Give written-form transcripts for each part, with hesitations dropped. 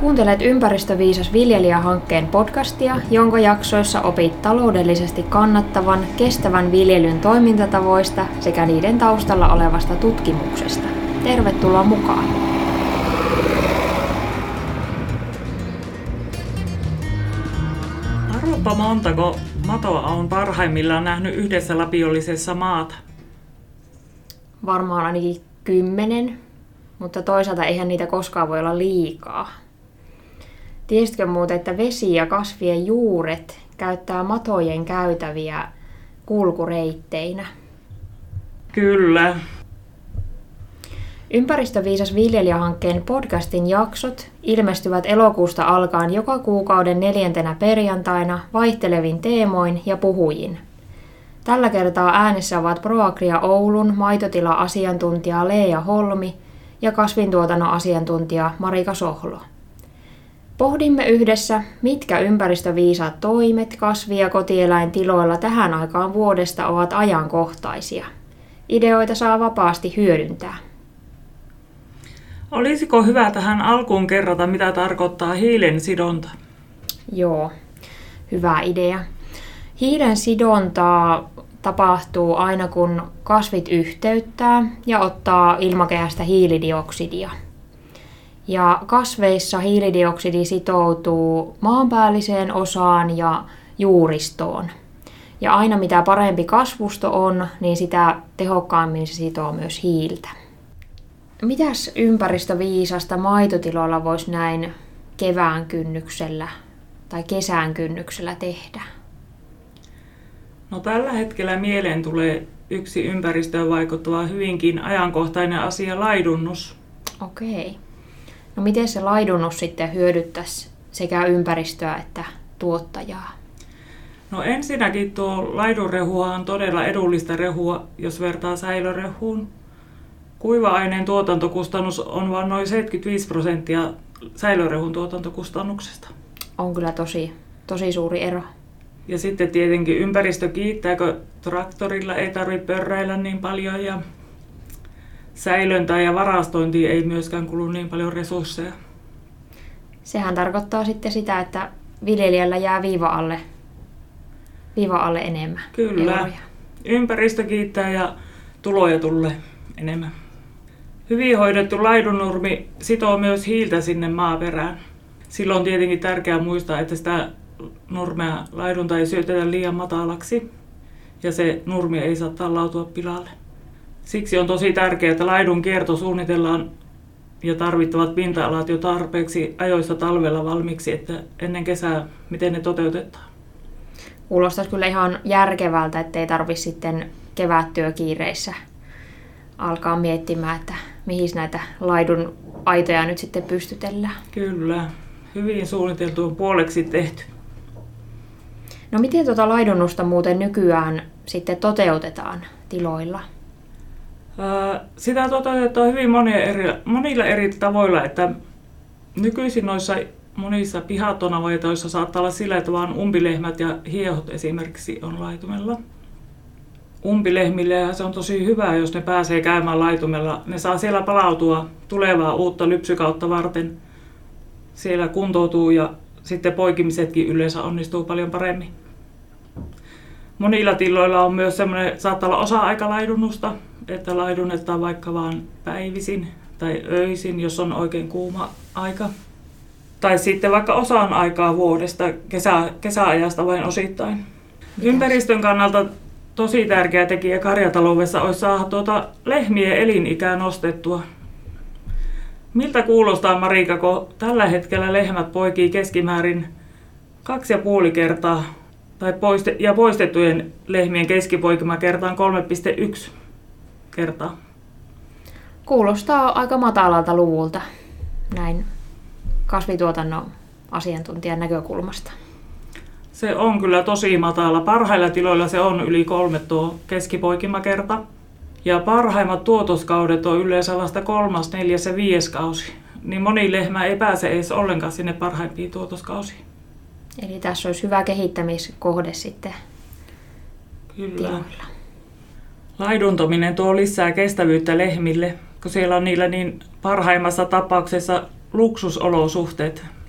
Kuuntelet Ympäristöviisas viljelijähankkeen podcastia, jonka jaksoissa opit taloudellisesti kannattavan, kestävän viljelyn toimintatavoista sekä niiden taustalla olevasta tutkimuksesta. Tervetuloa mukaan! Arvopa montako matoa on parhaimmillaan nähnyt yhdessä lapiollisessa maata? Varmaan ainakin 10, mutta toisaalta eihän niitä koskaan voi olla liikaa. Tiesitkö muuten, että vesi ja kasvien juuret käyttää matojen käytäviä kulkureitteinä? Kyllä. Ympäristöviisas viljelijähankkeen podcastin jaksot ilmestyvät elokuusta alkaen joka kuukauden 4. perjantaina vaihtelevin teemoin ja puhujin. Tällä kertaa äänessä ovat Proagria Oulun maitotila-asiantuntija Leija Holmi ja kasvintuotannon asiantuntija Marika Sohlo. Pohdimme yhdessä, mitkä ympäristöviisaat toimet kasvi- ja kotieläintiloilla tähän aikaan vuodesta ovat ajankohtaisia. Ideoita saa vapaasti hyödyntää. Olisiko hyvä tähän alkuun kerrata, mitä tarkoittaa hiilen sidonta? Joo, hyvä idea. Hiilen sidontaa tapahtuu aina kun kasvit yhteyttää ja ottaa ilmakehästä hiilidioksidia. Ja kasveissa hiilidioksidi sitoutuu maanpäälliseen osaan ja juuristoon. Ja aina mitä parempi kasvusto on, niin sitä tehokkaammin se sitoo myös hiiltä. Mitäs ympäristöviisasta maitotiloilla voisi näin kevään kynnyksellä tai kesän kynnyksellä tehdä? No tällä hetkellä mieleen tulee yksi ympäristöön vaikuttava hyvinkin ajankohtainen asia, laidunnus. Okei. No miten se laidunnus sitten hyödyttäisi sekä ympäristöä että tuottajaa? No ensinnäkin tuo laidunrehua on todella edullista rehua, jos vertaa säilörehuun. Kuiva-aineen tuotantokustannus on vain noin 75% säilörehun tuotantokustannuksesta. On kyllä tosi suuri ero. Ja sitten tietenkin ympäristö kiittää, kun traktorilla ei tarvitse pörräillä niin paljon ja säilöntään ja varastointiin ei myöskään kulu niin paljon resursseja. Sehän tarkoittaa sitten sitä, että viljelijällä jää viiva alle enemmän. Kyllä. Euroja. Ympäristö kiittää ja tuloja tulee enemmän. Hyvin hoidettu laidunnurmi sitoo myös hiiltä sinne maaperään. Silloin on tietenkin tärkeää muistaa, että sitä nurmea laidunta ei syötetä liian matalaksi ja se nurmi ei saa tallautua pilalle. Siksi on tosi tärkeää, että laidun kierto suunnitellaan ja tarvittavat pinta-alat jo tarpeeksi ajoissa talvella valmiiksi, että ennen kesää miten ne toteutetaan. Kuulostaisi kyllä ihan järkevältä, ettei tarvitse sitten kevättyökiireissä alkaa miettimään, että mihin näitä laidun aitoja nyt sitten pystytellään. Kyllä, hyvin suunniteltu on puoleksi tehty. No miten tuota laidunnusta muuten nykyään sitten toteutetaan tiloilla? Sitä toteutetaan hyvin monilla eri tavoilla, että nykyisin noissa monissa pihatonavoitoissa saattaa olla sillä, että vain umpilehmät ja hiehot esimerkiksi on laitumella. Umpilehmille se on tosi hyvä, jos ne pääsee käymään laitumella. Ne saa siellä palautua tulevaa uutta lypsykautta varten. Siellä kuntoutuu ja sitten poikimisetkin yleensä onnistuu paljon paremmin. Monilla tiloilla on myös semmoinen, saattaa olla osa-aikalaidunnusta, että laidunnetaan vaikka vain päivisin tai öisin, jos on oikein kuuma aika. Tai sitten vaikka osan aikaa vuodesta, kesäajasta vain osittain. Ympäristön kannalta tosi tärkeä tekijä karjataloudessa olisi saada lehmien elinikää nostettua. Miltä kuulostaa, Marika, kun tällä hetkellä lehmät poikii keskimäärin 2,5 kertaa ja poistettujen lehmien keskipoikima kertaan 3,1 kertaa? Kuulostaa aika matalalta luvulta näin kasvituotannon asiantuntijan näkökulmasta. Se on kyllä tosi matala. Parhailla tiloilla se on yli 3 tuo keskipoikimakerta. Ja parhaimmat tuotoskaudet on yleensä vasta 3., 4. ja 5. kausi. Niin moni lehmä ei pääse edes ollenkaan sinne parhaimpiin tuotoskausiin. Eli tässä olisi hyvä kehittämiskohde sitten tiloilla. Laiduntaminen tuo lisää kestävyyttä lehmille, kun siellä on niillä niin parhaimmassa tapauksessa luksusolosuhteet.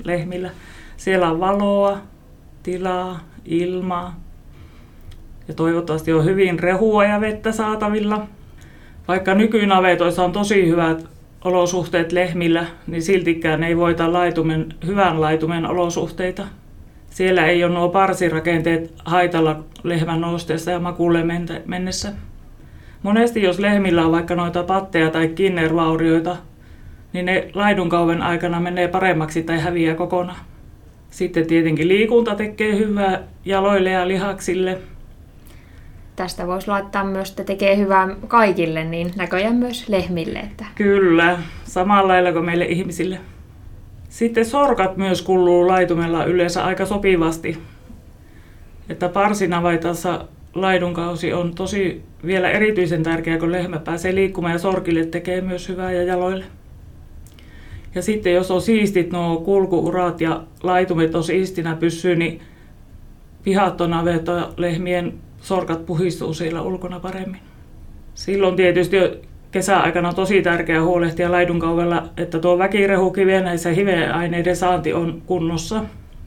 lehmillä. Siellä on valoa, tilaa, ilmaa ja toivottavasti on hyvin rehua ja vettä saatavilla. Vaikka nykynavetoissa on tosi hyvät olosuhteet lehmillä, niin siltikään ei voita hyvän laitumen olosuhteita. Siellä ei ole nuo parsirakenteet haitalla lehmän nousteessa ja makuulle mennessä. Monesti jos lehmillä on vaikka noita patteja tai kinnervaurioita, niin ne laidunkauden aikana menee paremmaksi tai häviää kokonaan. Sitten tietenkin liikunta tekee hyvää jaloille ja lihaksille. Tästä voisi laittaa myös, että tekee hyvää kaikille, niin näköjään myös lehmille. Että... Kyllä, samalla lailla kuin meille ihmisille. Sitten sorkat myös kuuluu laitumella yleensä aika sopivasti. Että parsinavetoissa laidunkausi on tosi vielä erityisen tärkeä, kun lehmä pääsee liikkumaan ja sorkille tekee myös hyvää ja jaloille. Ja sitten jos on siistit nuo kulkuurat ja laitumet on siistinä pysyy, niin pihattonaveta lehmien sorkat puhistuu siellä ulkona paremmin. Silloin tietysti kesäaikana on tosi tärkeää huolehtia laidunkaudella, että tuo väkirehukivennäis- ja hivenaineiden saanti on kunnossa.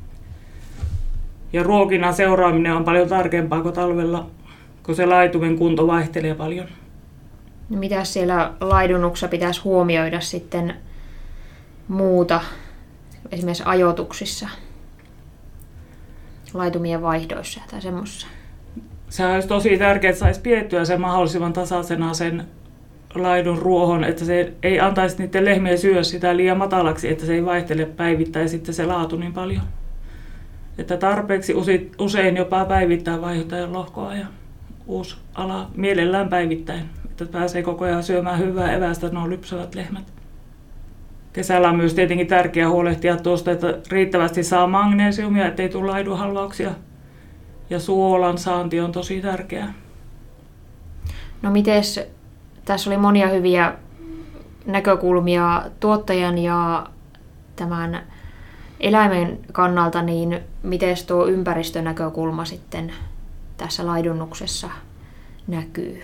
Ja ruokinnan seuraaminen on paljon tarkempaa kuin talvella, kun se laitumen kunto vaihtelee paljon. No mitä siellä laidunnuksessa pitäisi huomioida sitten muuta, esimerkiksi ajoituksissa, laitumien vaihdoissa tai semmoisessa? Se olisi tosi tärkeää, että saisi pidettyä sen mahdollisimman tasaisena sen laidun ruohon, että se ei antaisi niiden lehmien syödä sitä liian matalaksi, että se ei vaihtele päivittäin ja sitten se laatu niin paljon. Että tarpeeksi usein jopa päivittäin vaihtajan lohkoa ja uusi ala mielellään päivittäin, että pääsee koko ajan syömään hyvää evästä nuo lypsävät lehmät. Kesällä on myös tietenkin tärkeää huolehtia tuosta, että riittävästi saa magnesiumia, ettei tule laidunhalvauksia. Ja suolan saanti on tosi tärkeää. No mites, tässä oli monia hyviä näkökulmia tuottajan ja tämän eläimen kannalta, niin miten tuo ympäristönäkökulma sitten tässä laidunnuksessa näkyy?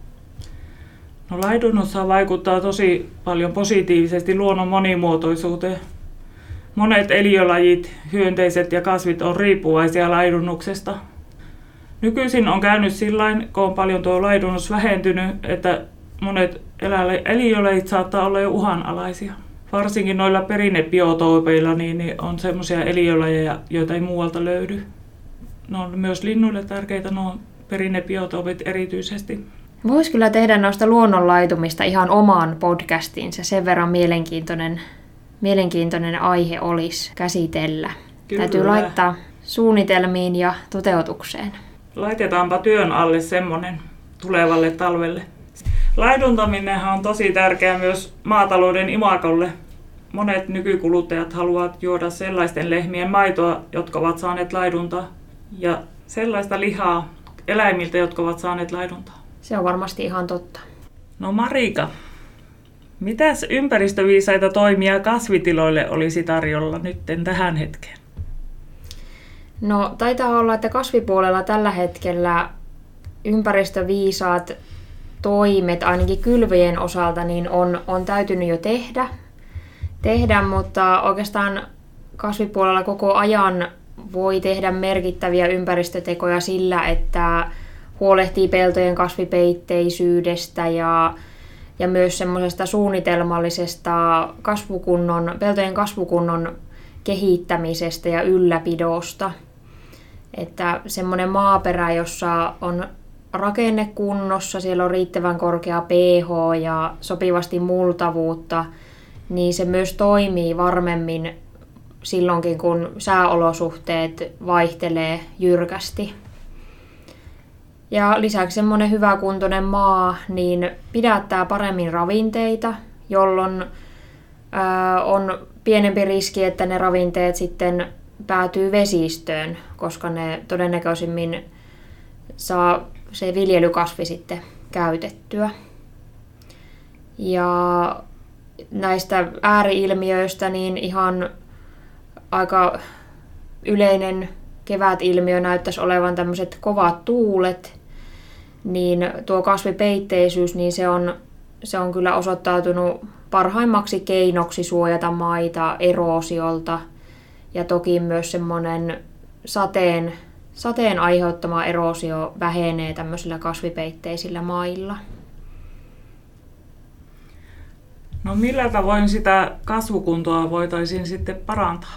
No laidunnossa vaikuttaa tosi paljon positiivisesti luonnon monimuotoisuuteen. Monet eliölajit, hyönteiset ja kasvit on riippuvaisia laidunnuksesta. Nykyisin on käynyt sillain, kun on paljon tuo laidunnus vähentynyt, että monet eliölajit saattaa olla jo uhanalaisia. Varsinkin noilla perinnebiotoopeilla niin on semmoisia eliölajeja, joita ei muualta löydy. Ne on myös linnuille tärkeitä, nuo perinnebiotoopit erityisesti. Voisi kyllä tehdä noista luonnonlaitumista ihan omaan podcastinsa, sen verran mielenkiintoinen aihe olisi käsitellä. Kyllä. Täytyy laittaa suunnitelmiin ja toteutukseen. Laitetaanpa työn alle semmoinen tulevalle talvelle. Laiduntaminenhan on tosi tärkeää myös maatalouden imagolle. Monet nykykuluttajat haluavat juoda sellaisten lehmien maitoa, jotka ovat saaneet laiduntaa, ja sellaista lihaa eläimiltä, jotka ovat saaneet laiduntaa. Se on varmasti ihan totta. No Marika, mitäs ympäristöviisaita toimia kasvitiloille olisi tarjolla nytten tähän hetkeen? No taitaa olla, että kasvipuolella tällä hetkellä ympäristöviisaat toimet, ainakin kylvöjen osalta, niin on täytynyt jo tehdä, mutta oikeastaan kasvipuolella koko ajan voi tehdä merkittäviä ympäristötekoja sillä, että huolehtii peltojen kasvipeitteisyydestä ja myös semmoisesta suunnitelmallisesta peltojen kasvukunnon kehittämisestä ja ylläpidosta. Että semmoinen maaperä, jossa on rakenne kunnossa, siellä on riittävän korkea pH ja sopivasti multavuutta, niin se myös toimii varmemmin silloinkin, kun sääolosuhteet vaihtelee jyrkästi. Ja lisäksi semmoinen hyväkuntoinen maa niin pidättää paremmin ravinteita, jolloin on pienempi riski, että ne ravinteet sitten päätyy vesistöön, koska ne todennäköisimmin saa se viljelykasvi sitten käytettyä. Ja näistä ääriilmiöistä niin ihan aika yleinen kevätilmiö näyttäisi olevan tämmöiset kovat tuulet, niin tuo kasvipeitteisyys, niin se on kyllä osoittautunut parhaimmaksi keinoksi suojata maita eroosiolta Ja toki myös semmoinen sateen aiheuttama eroosio vähenee tämmöisillä kasvipeitteisillä mailla. No millä tavoin sitä kasvukuntoa voitaisiin sitten parantaa?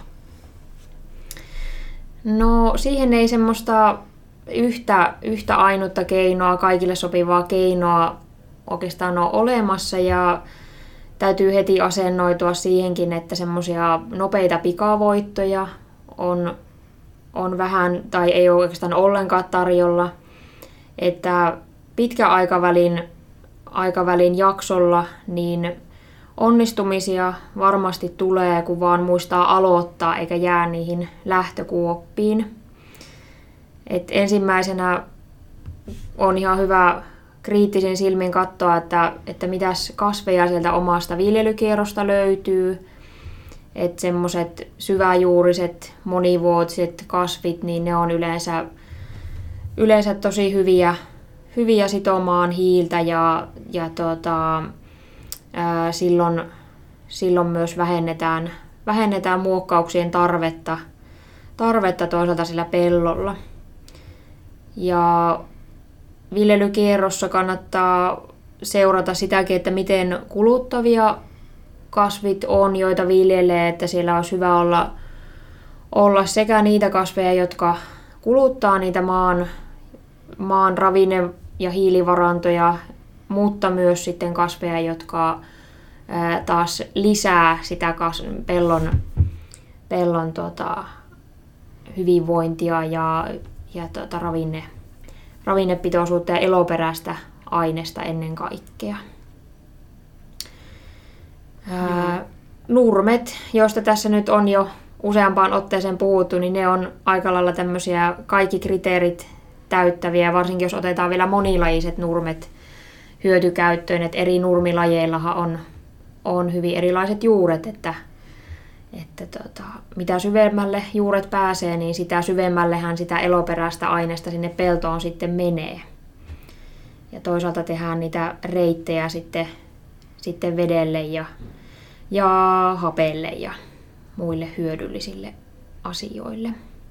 No siihen ei semmoista yhtä ainutta keinoa, kaikille sopivaa keinoa oikeastaan ole olemassa ja täytyy heti asennoitua siihenkin, että semmoisia nopeita pikavoittoja on vähän tai ei ole oikeastaan ollenkaan tarjolla, että pitkän aikavälin jaksolla niin onnistumisia varmasti tulee, kun vaan muistaa aloittaa eikä jää niihin lähtökuoppiin. Et ensimmäisenä on ihan hyvä kriittisin silmin katsoa, että mitäs kasveja sieltä omasta viljelykierrosta löytyy. Että semmoiset syväjuuriset, monivuotiset kasvit, niin ne on yleensä tosi hyviä sitomaan hiiltä ja silloin myös vähennetään muokkauksien tarvetta toisaalta sillä pellolla. Ja viljelykierrossa kannattaa seurata sitäkin, että miten kuluttavia kasvit on, joita viljelee, että siellä olisi hyvä olla sekä niitä kasveja, jotka kuluttaa niitä maan ravinne- ja hiilivarantoja, mutta myös sitten kasveja, jotka taas lisää sitä pellon hyvinvointia ja ravinnepitoisuutta ja eloperäistä aineesta ennen kaikkea. Nurmet, joista tässä nyt on jo useampaan otteeseen puhuttu, niin ne on aika lailla tämmöisiä kaikki kriteerit täyttäviä, varsinkin jos otetaan vielä monilajiset nurmet hyötykäyttöön, että eri nurmilajeillahan on hyvin erilaiset juuret, että mitä syvemmälle juuret pääsee, niin sitä syvemmällehän sitä eloperäistä aineesta sinne peltoon sitten menee. Ja toisaalta tehdään niitä reittejä sitten vedelle ja hapelle ja muille hyödyllisille asioille.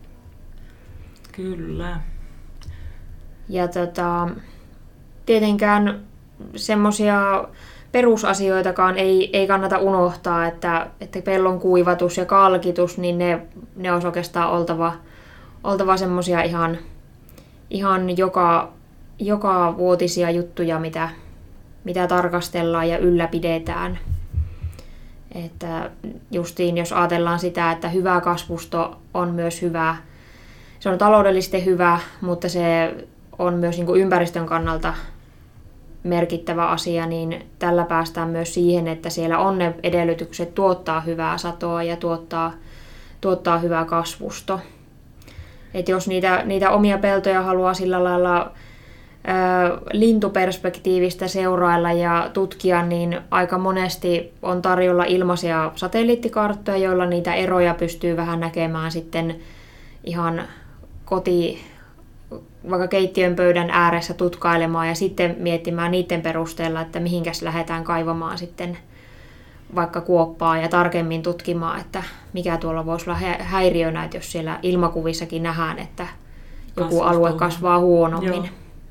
Kyllä. Ja tietenkään semmoisia perusasioitakaan ei kannata unohtaa, että pellon kuivatus ja kalkitus, niin ne olisi oikeastaan oltava semmoisia ihan joka vuotisia juttuja, mitä tarkastellaan ja ylläpidetään. Että justiin jos ajatellaan sitä, että hyvä kasvusto on myös hyvä, se on taloudellisesti hyvä, mutta se on myös niin kuin ympäristön kannalta merkittävä asia, niin tällä päästään myös siihen, että siellä on ne edellytykset tuottaa hyvää satoa ja tuottaa hyvää kasvusto. Et jos niitä omia peltoja haluaa sillä lailla lintuperspektiivistä seurailla ja tutkia, niin aika monesti on tarjolla ilmaisia satelliittikarttoja, joilla niitä eroja pystyy vähän näkemään sitten ihan vaikka keittiön pöydän ääressä tutkailemaan ja sitten miettimään niiden perusteella, että mihinkäs lähdetään kaivamaan sitten vaikka kuoppaa ja tarkemmin tutkimaan, että mikä tuolla voisi olla häiriönä, että jos siellä ilmakuvissakin nähdään, että joku alue kasvaa huonommin.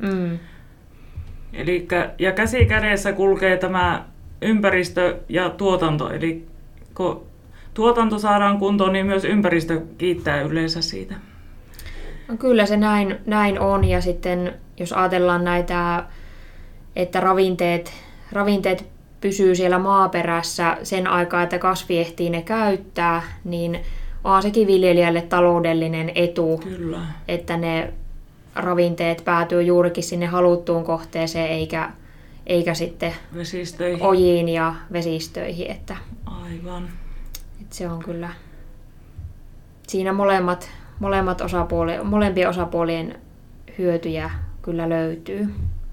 Ja käsi kädessä kulkee tämä ympäristö ja tuotanto, eli kun tuotanto saadaan kuntoon, niin myös ympäristö kiittää yleensä siitä. No kyllä se näin on, ja sitten jos ajatellaan näitä, että ravinteet pysyy siellä maaperässä sen aikaa, että kasvi ehtii ne käyttää, niin on sekin viljelijälle taloudellinen etu, kyllä, että ne ravinteet päätyy juurikin sinne haluttuun kohteeseen eikä sitten vesistöihin, ojiin ja vesistöihin. Että se on kyllä siinä molempien osapuolien hyötyjä kyllä löytyy.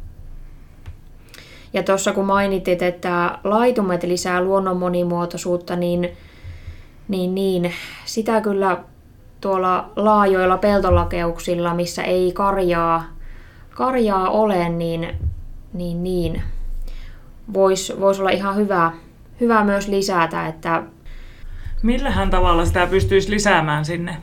Ja tuossa kun mainitit, että laitumet lisää luonnon monimuotoisuutta, niin sitä kyllä tuolla laajoilla peltolakeuksilla, missä ei karjaa ole, niin voisi olla ihan hyvä myös lisätä, että Millähän tavalla sitä pystyisi lisäämään sinne?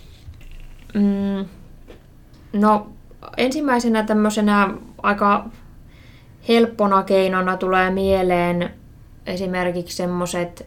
No ensimmäisenä tämmöisenä aika helppona keinona tulee mieleen esimerkiksi semmoiset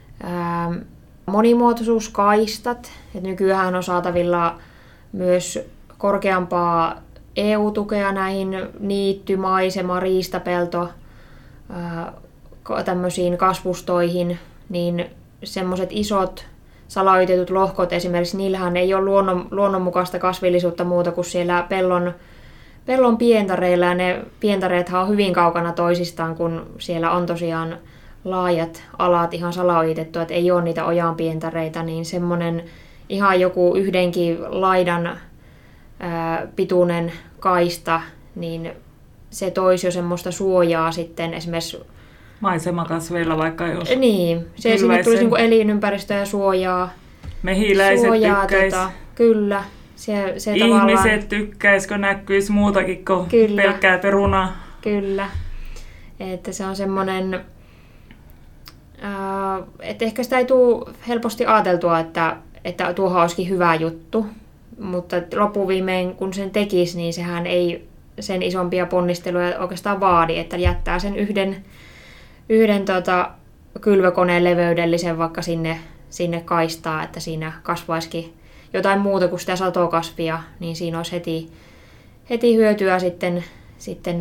monimuotoisuuskaistat. Et nykyään on saatavilla myös korkeampaa EU-tukea näihin niitty-, maisema-, riistapelto tämmöisiin kasvustoihin, niin semmoiset isot salaojitetut lohkot esimerkiksi, niillähän ei ole luonnonmukaista kasvillisuutta muuta kuin siellä pellon pientareilla, ja ne pientareethan on hyvin kaukana toisistaan, kun siellä on tosiaan laajat alat ihan salaojitettu, että ei ole niitä ojanpientareita, niin semmoinen ihan joku yhdenkin laidan pituinen kaista, niin se toisi jo semmoista suojaa sitten esimerkiksi maisemakasveilla vaikka jos... Niin, se sinne tulisi niin kuin elinympäristöä ja suojaa. Mehiläiset tykkäis. Kyllä. Se ihmiset tykkäisikö näkyisi muutakin kuin pelkkää perunaa. Kyllä. Että se on semmoinen... että ehkä sitä ei tule helposti ajateltua, että tuohon olisikin hyvä juttu. Mutta loppuviimein kun sen tekisi, niin sehän ei sen isompia ponnisteluja oikeastaan vaadi, että jättää sen yhden kylvökoneen leveydellisen vaikka sinne kaistaa, että siinä kasvaisikin jotain muuta kuin sitä satokasvia, niin siinä olisi heti hyötyä sitten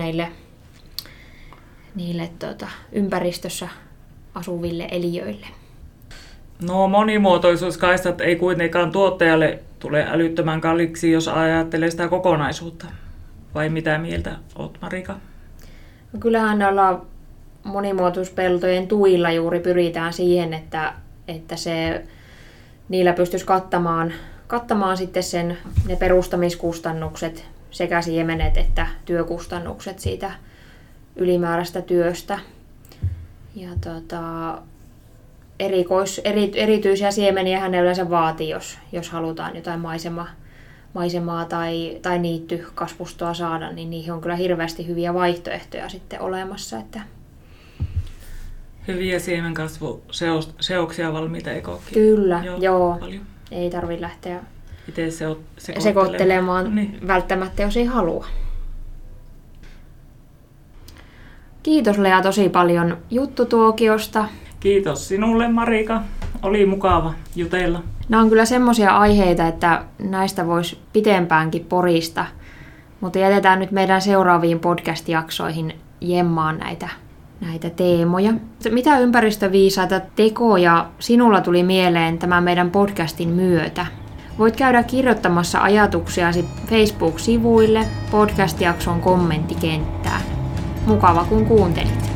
niille ympäristössä asuville eliöille. No monimuotoisuuskaistat ei kuitenkaan tuottajalle tule älyttömän kalliiksi, jos ajattelee sitä kokonaisuutta. Vai mitä mieltä olet, Marika? No kyllähän näillä monimuotoisuuspeltojen tuilla juuri pyritään siihen, että niillä pystyisi kattamaan sitten ne perustamiskustannukset, sekä siemenet että työkustannukset siitä ylimääräistä työstä. Ja erityisiä siemeniä hän yleensä vaatii, jos halutaan jotain maisemaa tai niittykasvustoa saada, niin niihin on kyllä hirveästi hyviä vaihtoehtoja sitten olemassa. Että hyviä siemenkasvuseoksia valmiita ekokin. Kyllä, joo. Paljon. Ei tarvitse lähteä sekoittelemaan niin. Välttämättä, jos ei halua. Kiitos Lea tosi paljon juttutuokiosta. Kiitos sinulle, Marika. Oli mukava jutella. Nämä on kyllä semmoisia aiheita, että näistä voisi pitempäänkin porista, mutta jätetään nyt meidän seuraaviin podcast-jaksoihin jemmaan näitä teemoja. Mitä ympäristöviisaita tekoja sinulla tuli mieleen tämän meidän podcastin myötä? Voit käydä kirjoittamassa ajatuksiasi Facebook-sivuille podcast-jakson kommenttikenttään. Mukava kun kuuntelit.